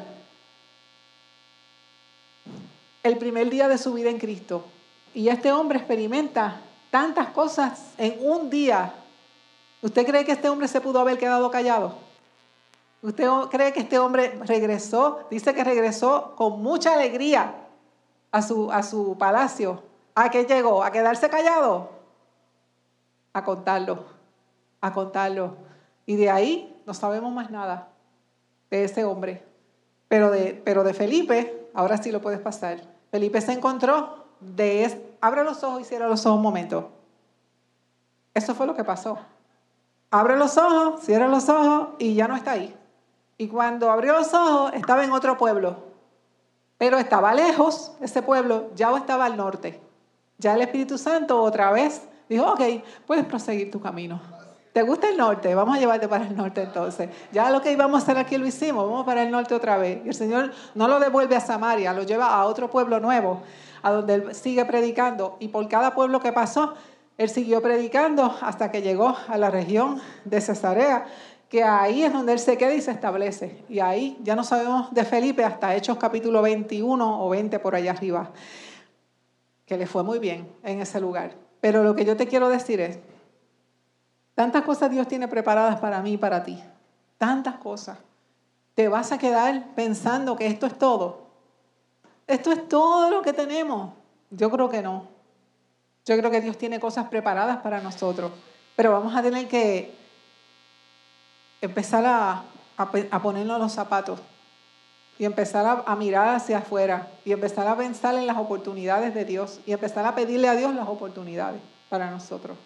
El primer día de su vida en Cristo. Y este hombre experimenta tantas cosas en un día. ¿Usted cree que este hombre se pudo haber quedado callado? ¿Usted cree que este hombre regresó? Dice que regresó con mucha alegría a su palacio. ¿A qué llegó? ¿A quedarse callado? A contarlo. Y de ahí no sabemos más nada de ese hombre. Pero de Felipe, ahora sí lo puedes pasar. Felipe se encontró abre los ojos y cierra los ojos un momento. Eso fue lo que pasó. Abre los ojos, cierra los ojos y ya no está ahí. Y cuando abrió los ojos estaba en otro pueblo. Pero estaba lejos, ese pueblo ya estaba al norte. Ya el Espíritu Santo otra vez dijo, ok, puedes proseguir tu camino. ¿Te gusta el norte? Vamos a llevarte para el norte entonces. Ya lo que íbamos a hacer aquí lo hicimos, vamos para el norte otra vez. Y el Señor no lo devuelve a Samaria, lo lleva a otro pueblo nuevo, a donde Él sigue predicando. Y por cada pueblo que pasó, Él siguió predicando hasta que llegó a la región de Cesarea, que ahí es donde Él se queda y se establece. Y ahí ya no sabemos de Felipe hasta Hechos capítulo 21 o 20 por allá arriba, que le fue muy bien en ese lugar. Pero lo que yo te quiero decir es, tantas cosas Dios tiene preparadas para mí y para ti. Tantas cosas. ¿Te vas a quedar pensando que esto es todo? ¿Esto es todo lo que tenemos? Yo creo que no. Yo creo que Dios tiene cosas preparadas para nosotros. Pero vamos a tener que empezar a ponernos los zapatos. Y empezar a mirar hacia afuera. Y empezar a pensar en las oportunidades de Dios. Y empezar a pedirle a Dios las oportunidades para nosotros.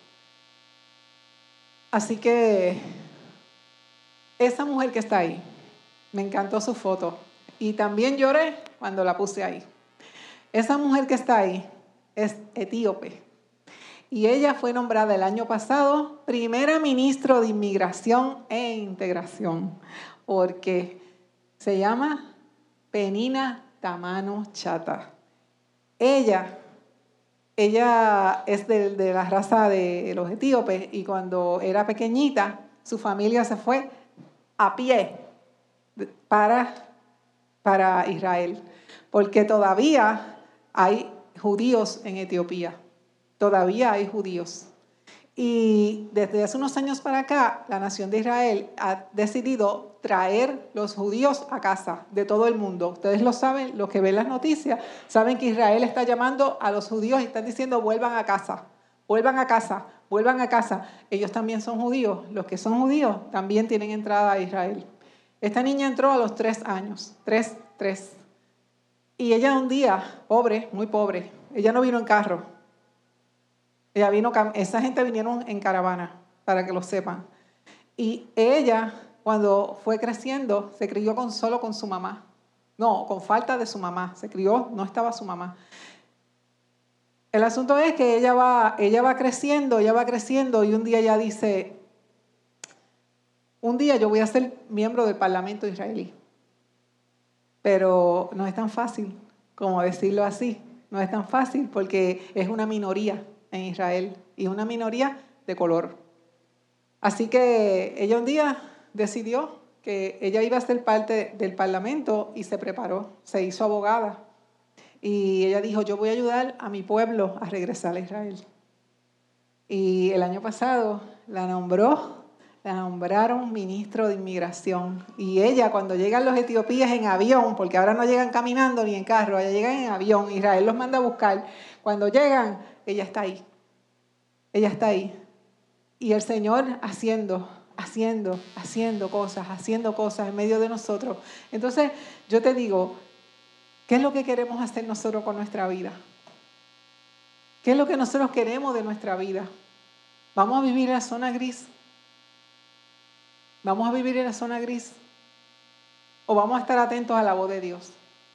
Así que esa mujer que está ahí, me encantó su foto y también lloré cuando la puse ahí. Esa mujer que está ahí es etíope y ella fue nombrada el año pasado primera ministra de Inmigración e Integración porque se llama Penina Tamano Chata. Ella es de la raza de los etíopes y cuando era pequeñita, su familia se fue a pie para Israel, porque todavía hay judíos en Etiopía, todavía hay judíos. Y desde hace unos años para acá, la nación de Israel ha decidido traer los judíos a casa de todo el mundo. Ustedes lo saben, los que ven las noticias, saben que Israel está llamando a los judíos y están diciendo vuelvan a casa, vuelvan a casa, vuelvan a casa. Ellos también son judíos. Los que son judíos también tienen entrada a Israel. Esta niña entró a los 3 años, 3. Y ella un día, pobre, muy pobre, ella no vino en carro. Esa gente vinieron en caravana, para que lo sepan. Y ella, cuando fue creciendo, se crió solo con su mamá. No, con falta de su mamá. Se crió, no estaba su mamá. El asunto es que ella va creciendo y un día ella dice, un día yo voy a ser miembro del Parlamento israelí. Pero no es tan fácil como decirlo así. No es tan fácil porque es una minoría en Israel y una minoría de color. Así que ella un día decidió que ella iba a ser parte del Parlamento y se preparó, se hizo abogada. Y ella dijo, yo voy a ayudar a mi pueblo a regresar a Israel. Y el año pasado la nombraron ministro de inmigración. Y ella, cuando llegan los etiopíes en avión, porque ahora no llegan caminando ni en carro, allá llegan en avión, Israel los manda a buscar. Cuando llegan, ella está ahí. Ella está ahí. Y el Señor haciendo cosas en medio de nosotros. Entonces, yo te digo, ¿qué es lo que queremos hacer nosotros con nuestra vida? ¿Qué es lo que nosotros queremos de nuestra vida? ¿Vamos a vivir en la zona gris? ¿Vamos a vivir en la zona gris? ¿O vamos a estar atentos a la voz de Dios?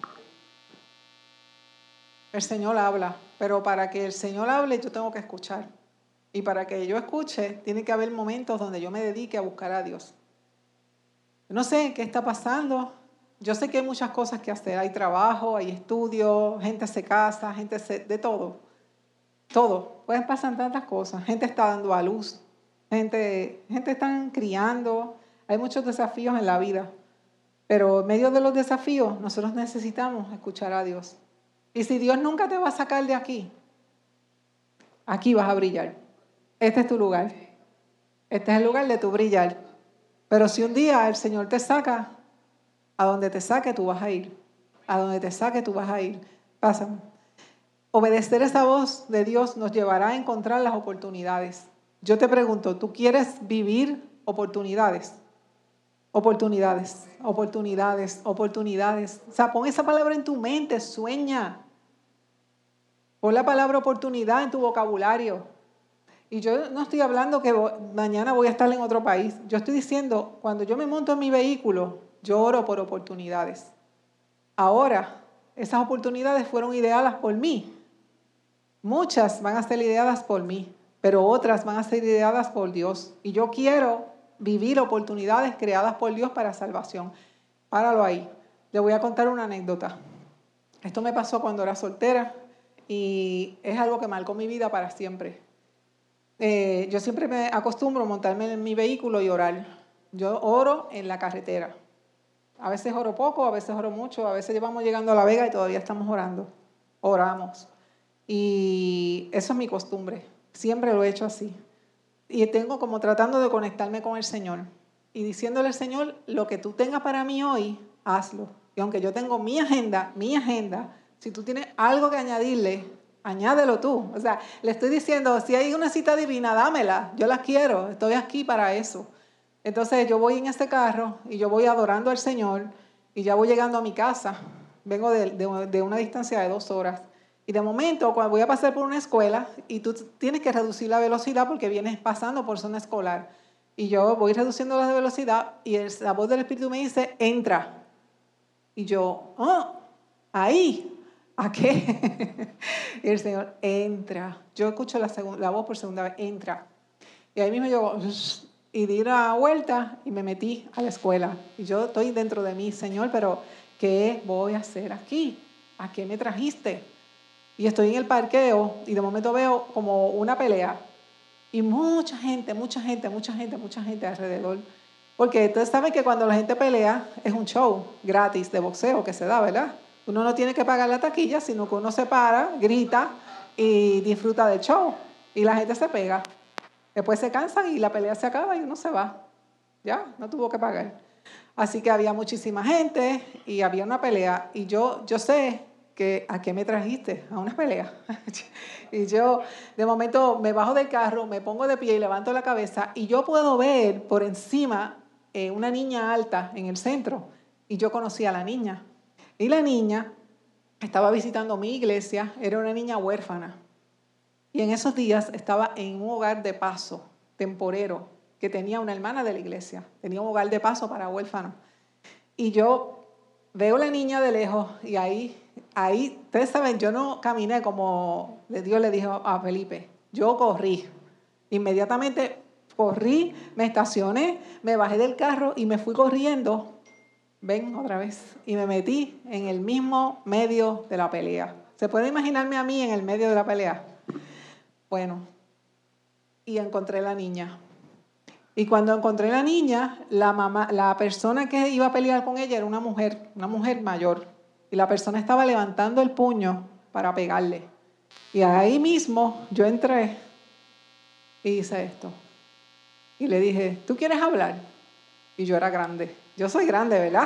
El Señor habla, pero para que el Señor hable yo tengo que escuchar. Y para que yo escuche, tiene que haber momentos donde yo me dedique a buscar a Dios. No sé qué está pasando. Yo sé que hay muchas cosas que hacer. Hay trabajo, hay estudio, gente se casa, de todo. Todo. Pueden pasar tantas cosas. Gente está dando a luz. Gente está criando. Hay muchos desafíos en la vida. Pero en medio de los desafíos, nosotros necesitamos escuchar a Dios. Y si Dios nunca te va a sacar de aquí, aquí vas a brillar. Este es tu lugar. Este es el lugar de tu brillar. Pero si un día el Señor te saca, a donde te saque tú vas a ir. A donde te saque tú vas a ir. Pásame. Obedecer esa voz de Dios nos llevará a encontrar las oportunidades. Yo te pregunto, ¿tú quieres vivir oportunidades? Oportunidades. O sea, pon esa palabra en tu mente, sueña. Pon la palabra oportunidad en tu vocabulario. Y yo no estoy hablando que mañana voy a estar en otro país. Yo estoy diciendo, cuando yo me monto en mi vehículo, yo oro por oportunidades. Ahora, esas oportunidades fueron ideadas por mí. Muchas van a ser ideadas por mí, pero otras van a ser ideadas por Dios. Y yo quiero vivir oportunidades creadas por Dios para salvación. Páralo ahí. Le voy a contar una anécdota. Esto me pasó cuando era soltera y es algo que marcó mi vida para siempre. Yo siempre me acostumbro a montarme en mi vehículo y orar. Yo oro en la carretera. A veces oro poco, a veces oro mucho, a veces llevamos llegando a La Vega y todavía estamos orando. Oramos. Y eso es mi costumbre. Siempre lo he hecho así. Y tengo como tratando de conectarme con el Señor. Y diciéndole al Señor, lo que tú tengas para mí hoy, hazlo. Y aunque yo tengo mi agenda, si tú tienes algo que añadirle, añádelo tú. O sea, le estoy diciendo, si hay una cita divina, dámela. Yo la quiero, estoy aquí para eso. Entonces yo voy en este carro y yo voy adorando al Señor y ya voy llegando a mi casa. Vengo de una distancia de 2 horas. Y de momento, cuando voy a pasar por una escuela y tú tienes que reducir la velocidad porque vienes pasando por zona escolar. Y yo voy reduciendo la velocidad y la voz del Espíritu me dice, entra. Y yo, ahí. ¿A qué? Y el Señor, entra. Yo escucho la voz por segunda vez, entra. Y ahí mismo yo, y di una vuelta y me metí a la escuela. Y yo estoy dentro de mí, Señor, pero ¿qué voy a hacer aquí? ¿A qué me trajiste? Y estoy en el parqueo y de momento veo como una pelea. Y mucha gente alrededor. Porque ustedes saben que cuando la gente pelea es un show gratis de boxeo que se da, ¿verdad? Uno no tiene que pagar la taquilla, sino que uno se para, grita y disfruta del show. Y la gente se pega. Después se cansan y la pelea se acaba y uno se va. Ya, no tuvo que pagar. Así que había muchísima gente y había una pelea. Y yo sé que ¿a qué me trajiste? A una pelea. Y yo de momento me bajo del carro, me pongo de pie y levanto la cabeza y yo puedo ver por encima una niña alta en el centro. Y yo conocí a la niña. Y la niña estaba visitando mi iglesia, era una niña huérfana. Y en esos días estaba en un hogar de paso, temporero, que tenía una hermana de la iglesia. Tenía un hogar de paso para huérfanos. Y yo veo a la niña de lejos y ahí, ustedes saben, yo no caminé como Dios le dijo a Felipe. Yo corrí. Inmediatamente corrí, me estacioné, me bajé del carro y me fui corriendo. Ven otra vez. Y me metí en el mismo medio de la pelea. ¿Se puede imaginarme a mí en el medio de la pelea? Bueno, y encontré la niña. Y cuando encontré la niña, la persona que iba a pelear con ella era una mujer mayor. Y la persona estaba levantando el puño para pegarle. Y ahí mismo yo entré y hice esto. Y le dije, ¿tú quieres hablar? Y yo era grande. Yo soy grande, ¿verdad?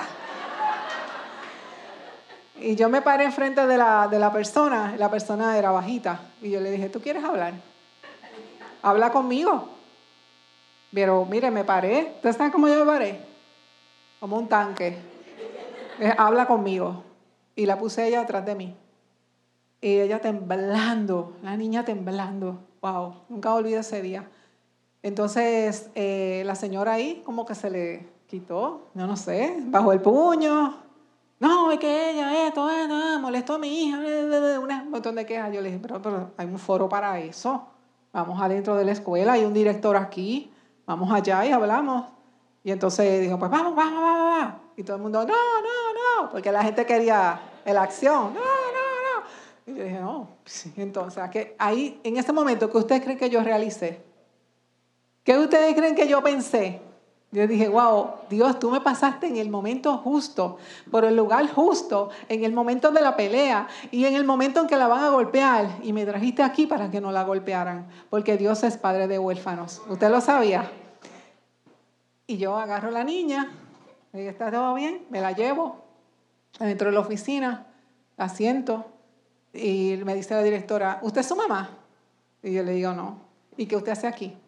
Y yo me paré enfrente de la persona. La persona era bajita. Y yo le dije, ¿tú quieres hablar? Habla conmigo. Pero mire, me paré. ¿Ustedes saben cómo yo me paré? Como un tanque. Habla conmigo. Y la puse ella atrás de mí. Y ella temblando. La niña temblando. Wow, nunca olvidé ese día. Entonces, la señora ahí como que se le quitó, yo no sé, bajó el puño. No, es que ella, esto, molestó a mi hija, un montón de quejas. Yo le dije, pero hay un foro para eso. Vamos adentro de la escuela, hay un director aquí, vamos allá y hablamos. Y entonces dijo, pues vamos. Y todo el mundo, no, porque la gente quería la acción. No. Y yo dije, no. Entonces, ahí, en ese momento, ¿qué ustedes creen que yo realicé? ¿Qué ustedes creen que yo pensé? Yo dije, wow, Dios, tú me pasaste en el momento justo, por el lugar justo, en el momento de la pelea y en el momento en que la van a golpear. Y me trajiste aquí para que no la golpearan, porque Dios es padre de huérfanos. ¿Usted lo sabía? Y yo agarro a la niña, le digo, ¿está todo bien? Me la llevo, dentro de la oficina, la siento y me dice la directora, ¿usted es su mamá? Y yo le digo, no. ¿Y qué usted hace aquí?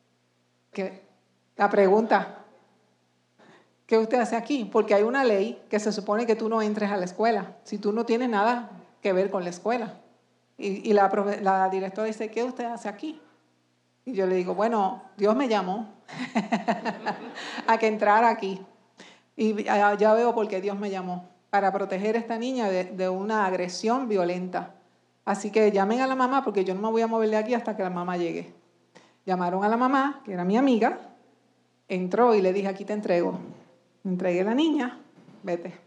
La pregunta, ¿qué usted hace aquí? Porque hay una ley que se supone que tú no entres a la escuela, si tú no tienes nada que ver con la escuela. Y la directora dice, ¿qué usted hace aquí? Y yo le digo, bueno, Dios me llamó a que entrara aquí. Y ya veo por qué Dios me llamó, para proteger a esta niña de una agresión violenta. Así que llamen a la mamá, porque yo no me voy a mover de aquí hasta que la mamá llegue. Llamaron a la mamá, que era mi amiga, entró y le dije, aquí te entrego. Me entregué a la niña, vete.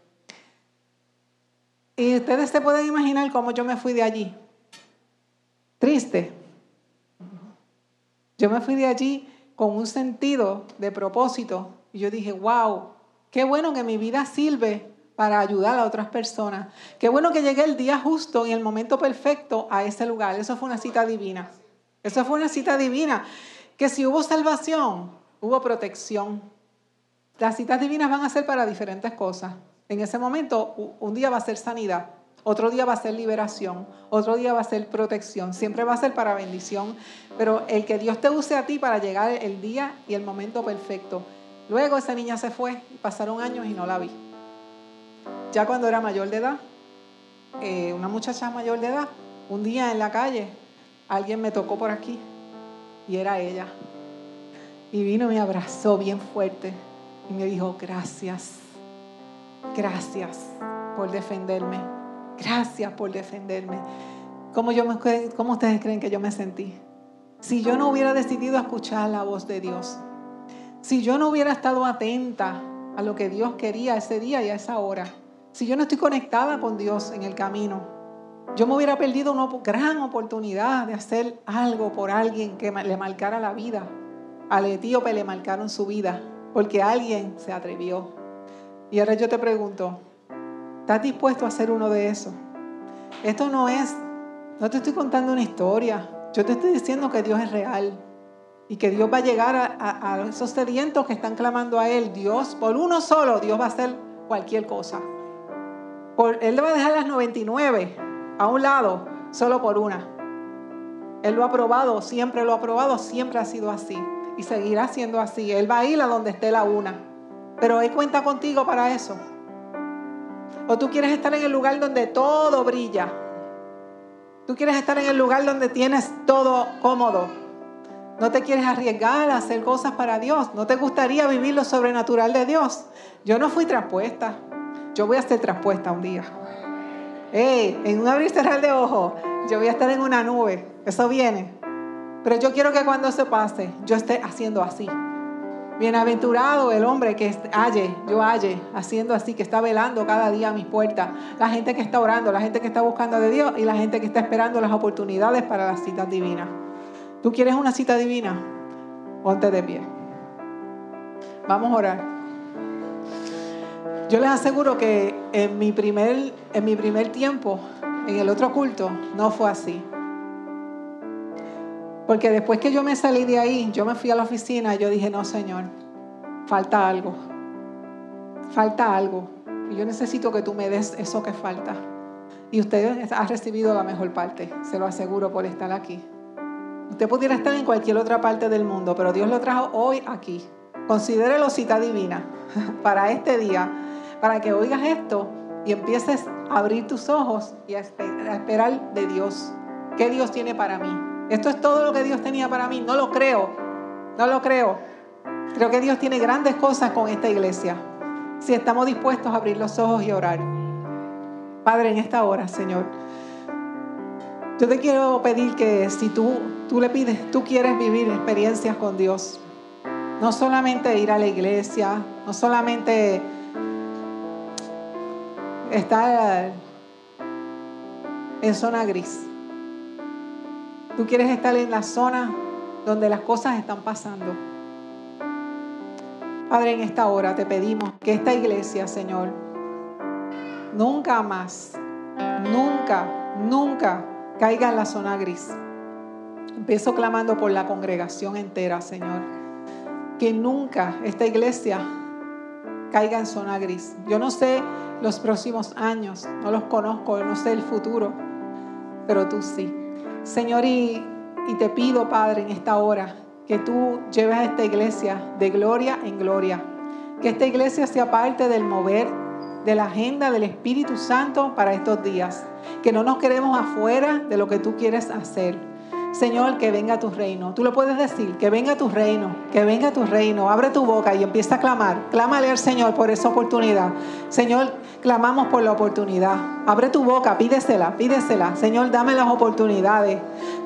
Y ustedes se pueden imaginar cómo yo me fui de allí. Triste. Yo me fui de allí con un sentido de propósito. Y yo dije, wow, qué bueno que mi vida sirve para ayudar a otras personas. Qué bueno que llegué el día justo y el momento perfecto a ese lugar. Eso fue una cita divina. Eso fue una cita divina. Que si hubo salvación, hubo protección. Las citas divinas van a ser para diferentes cosas. En ese momento, un día va a ser sanidad, otro día va a ser liberación, otro día va a ser protección. Siempre va a ser para bendición. Pero el que Dios te use a ti para llegar el día y el momento perfecto. Luego esa niña se fue, pasaron años y no la vi. Ya cuando era mayor de edad, una muchacha mayor de edad, un día en la calle, alguien me tocó por aquí y era ella. Y vino y me abrazó bien fuerte y me dijo, gracias por defenderme. Gracias por defenderme. ¿Cómo ustedes creen que yo me sentí? Si yo no hubiera decidido escuchar la voz de Dios, si yo no hubiera estado atenta a lo que Dios quería ese día y a esa hora, si yo no estoy conectada con Dios en el camino, yo me hubiera perdido una gran oportunidad de hacer algo por alguien que le marcara la vida. Al etíope le marcaron su vida porque alguien se atrevió. Y ahora yo te pregunto, ¿estás dispuesto a hacer uno de esos? Esto no te estoy contando una historia. Yo te estoy diciendo que Dios es real y que Dios va a llegar a esos sedientos que están clamando a Él. Dios, por uno solo, Dios va a hacer cualquier cosa. Él va a dejar las 99 a un lado, solo por una. Él lo ha probado, siempre ha sido así. Y seguirá siendo así. Él va a ir a donde esté la una. Pero Él cuenta contigo para eso. O tú quieres estar en el lugar donde todo brilla. Tú quieres estar en el lugar donde tienes todo cómodo. No te quieres arriesgar a hacer cosas para Dios. No te gustaría vivir lo sobrenatural de Dios. Yo no fui traspuesta. Yo voy a ser traspuesta un día. En un abrir y cerrar de ojos, yo voy a estar en una nube. Eso viene. Pero yo quiero que cuando se pase, yo esté haciendo así. Bienaventurado el hombre que halle, haciendo así, que está velando cada día a mis puertas. La gente que está orando, la gente que está buscando de Dios y la gente que está esperando las oportunidades para las citas divinas. ¿Tú quieres una cita divina? Ponte de pie. Vamos a orar. Yo les aseguro que en mi primer tiempo, en el otro culto, no fue así. Porque después que yo me salí de ahí, yo me fui a la oficina y yo dije, no, Señor, falta algo. Falta algo. Y yo necesito que tú me des eso que falta. Y usted ha recibido la mejor parte, se lo aseguro por estar aquí. Usted pudiera estar en cualquier otra parte del mundo, pero Dios lo trajo hoy aquí. Considérelo cita divina para este día, para que oigas esto y empieces a abrir tus ojos y a esperar de Dios. ¿Qué Dios tiene para mí? Esto es todo lo que Dios tenía para mí. No lo creo. Creo que Dios tiene grandes cosas con esta iglesia. Si estamos dispuestos a abrir los ojos y orar. Padre, en esta hora, Señor, yo te quiero pedir que si tú le pides, tú quieres vivir experiencias con Dios. No solamente ir a la iglesia, no solamente estar en zona gris. Tú quieres estar en la zona donde las cosas están pasando. Padre, en esta hora te pedimos que esta iglesia, Señor, nunca más, nunca caiga en la zona gris. Empiezo clamando por la congregación entera, Señor. Que nunca esta iglesia caiga en zona gris. Yo no sé los próximos años, no los conozco, no sé el futuro, pero tú sí. Señor, y te pido, Padre, en esta hora, que tú lleves a esta iglesia de gloria en gloria. Que esta iglesia sea parte del mover, de la agenda del Espíritu Santo para estos días. Que no nos quedemos afuera de lo que tú quieres hacer. Señor, que venga tu reino. Tú lo puedes decir, que venga tu reino, que venga tu reino. Abre tu boca y empieza a clamar. Clámale al Señor por esa oportunidad. Señor, clamamos por la oportunidad. Abre tu boca, pídesela. Señor, dame las oportunidades.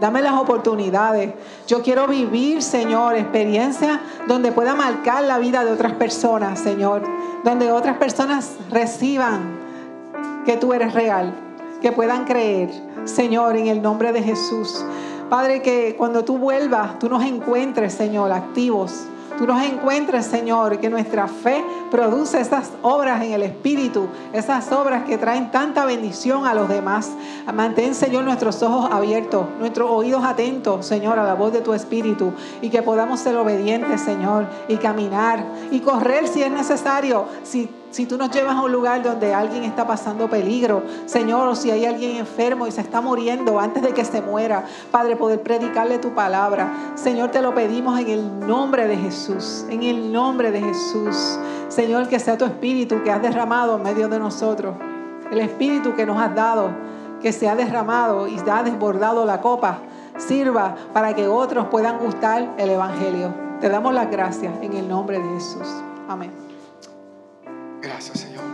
Yo quiero vivir, Señor, experiencias donde pueda marcar la vida de otras personas, Señor. Donde otras personas reciban que tú eres real, que puedan creer, Señor, en el nombre de Jesús. Padre, que cuando tú vuelvas, tú nos encuentres, Señor, activos. Tú nos encuentres, Señor, que nuestra fe produce esas obras en el Espíritu, esas obras que traen tanta bendición a los demás. Mantén, Señor, nuestros ojos abiertos, nuestros oídos atentos, Señor, a la voz de tu Espíritu, y que podamos ser obedientes, Señor, y caminar y correr si es necesario. Si tú nos llevas a un lugar donde alguien está pasando peligro, Señor, o si hay alguien enfermo y se está muriendo antes de que se muera, Padre, poder predicarle tu palabra. Señor, te lo pedimos en el nombre de Jesús, en el nombre de Jesús. Señor, que sea tu Espíritu que has derramado en medio de nosotros, el Espíritu que nos has dado, que se ha derramado y ha desbordado la copa, sirva para que otros puedan gustar el Evangelio. Te damos las gracias en el nombre de Jesús. Amén. Gracias, Señor.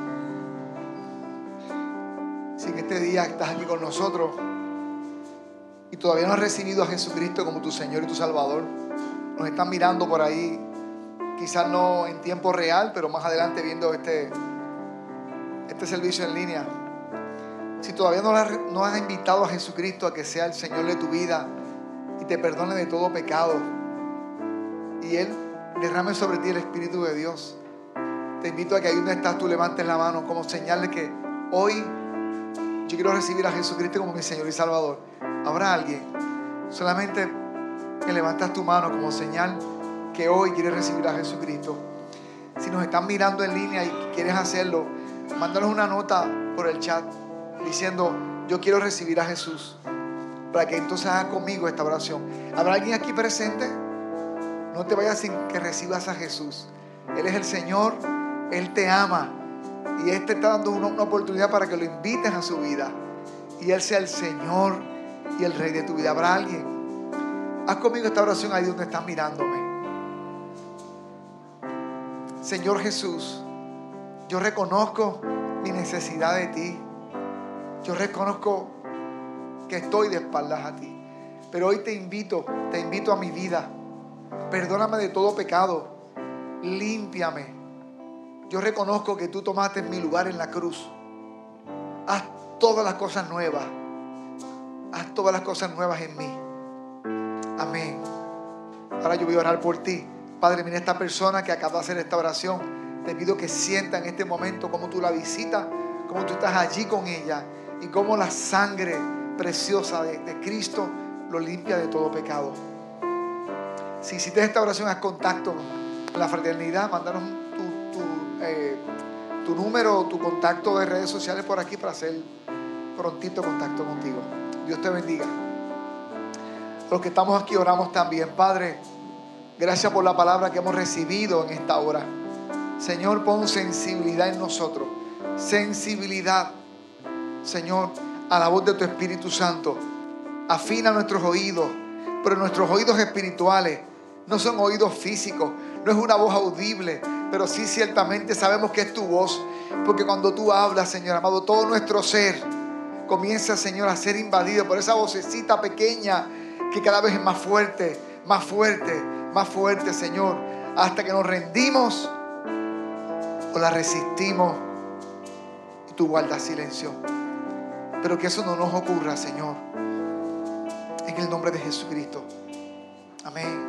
Si en este día estás aquí con nosotros y todavía no has recibido a Jesucristo como tu Señor y tu Salvador, nos están mirando por ahí, quizás no en tiempo real, pero más adelante viendo este servicio en línea. Si todavía no has invitado a Jesucristo a que sea el Señor de tu vida y te perdone de todo pecado, y Él derrame sobre ti el Espíritu de Dios, te invito a que ahí donde estás tú levantes la mano como señal de que hoy yo quiero recibir a Jesucristo como mi Señor y Salvador. ¿Habrá alguien? Solamente que levantas tu mano como señal que hoy quieres recibir a Jesucristo. Si nos están mirando en línea y quieres hacerlo, mándanos una nota por el chat diciendo: yo quiero recibir a Jesús, para que entonces hagas conmigo esta oración. ¿Habrá alguien aquí presente? No te vayas sin que recibas a Jesús. Él es el Señor, Él te ama y Él te está dando una oportunidad para que lo invites a su vida y Él sea el Señor y el Rey de tu vida. ¿Habrá alguien? Haz conmigo esta oración ahí donde estás mirándome. Señor Jesús, yo reconozco mi necesidad de ti. Yo reconozco que estoy de espaldas a ti. Pero hoy te invito a mi vida. Perdóname de todo pecado. Límpiame. Yo reconozco que tú tomaste mi lugar en la cruz. Haz todas las cosas nuevas. Haz todas las cosas nuevas en mí. Amén. Ahora yo voy a orar por ti. Padre, mira esta persona que acaba de hacer esta oración. Te pido que sienta en este momento cómo tú la visitas, cómo tú estás allí con ella y cómo la sangre preciosa de Cristo lo limpia de todo pecado. Si hiciste esta oración, haz contacto con la fraternidad. Mándanos tu número o tu contacto de redes sociales por aquí para hacer prontito contacto contigo. Dios te bendiga. Los que estamos aquí oramos también. Padre, gracias por la palabra que hemos recibido en esta hora. Señor, pon sensibilidad en nosotros. Sensibilidad, Señor, a la voz de tu Espíritu Santo. Afina nuestros oídos, pero nuestros oídos espirituales no son oídos físicos. No es una voz audible, pero sí ciertamente sabemos que es tu voz. Porque cuando tú hablas, Señor amado, todo nuestro ser comienza, Señor, a ser invadido por esa vocecita pequeña que cada vez es más fuerte, más fuerte, más fuerte, Señor, hasta que nos rendimos o la resistimos y tú guardas silencio. Pero que eso no nos ocurra, Señor, en el nombre de Jesucristo. Amén.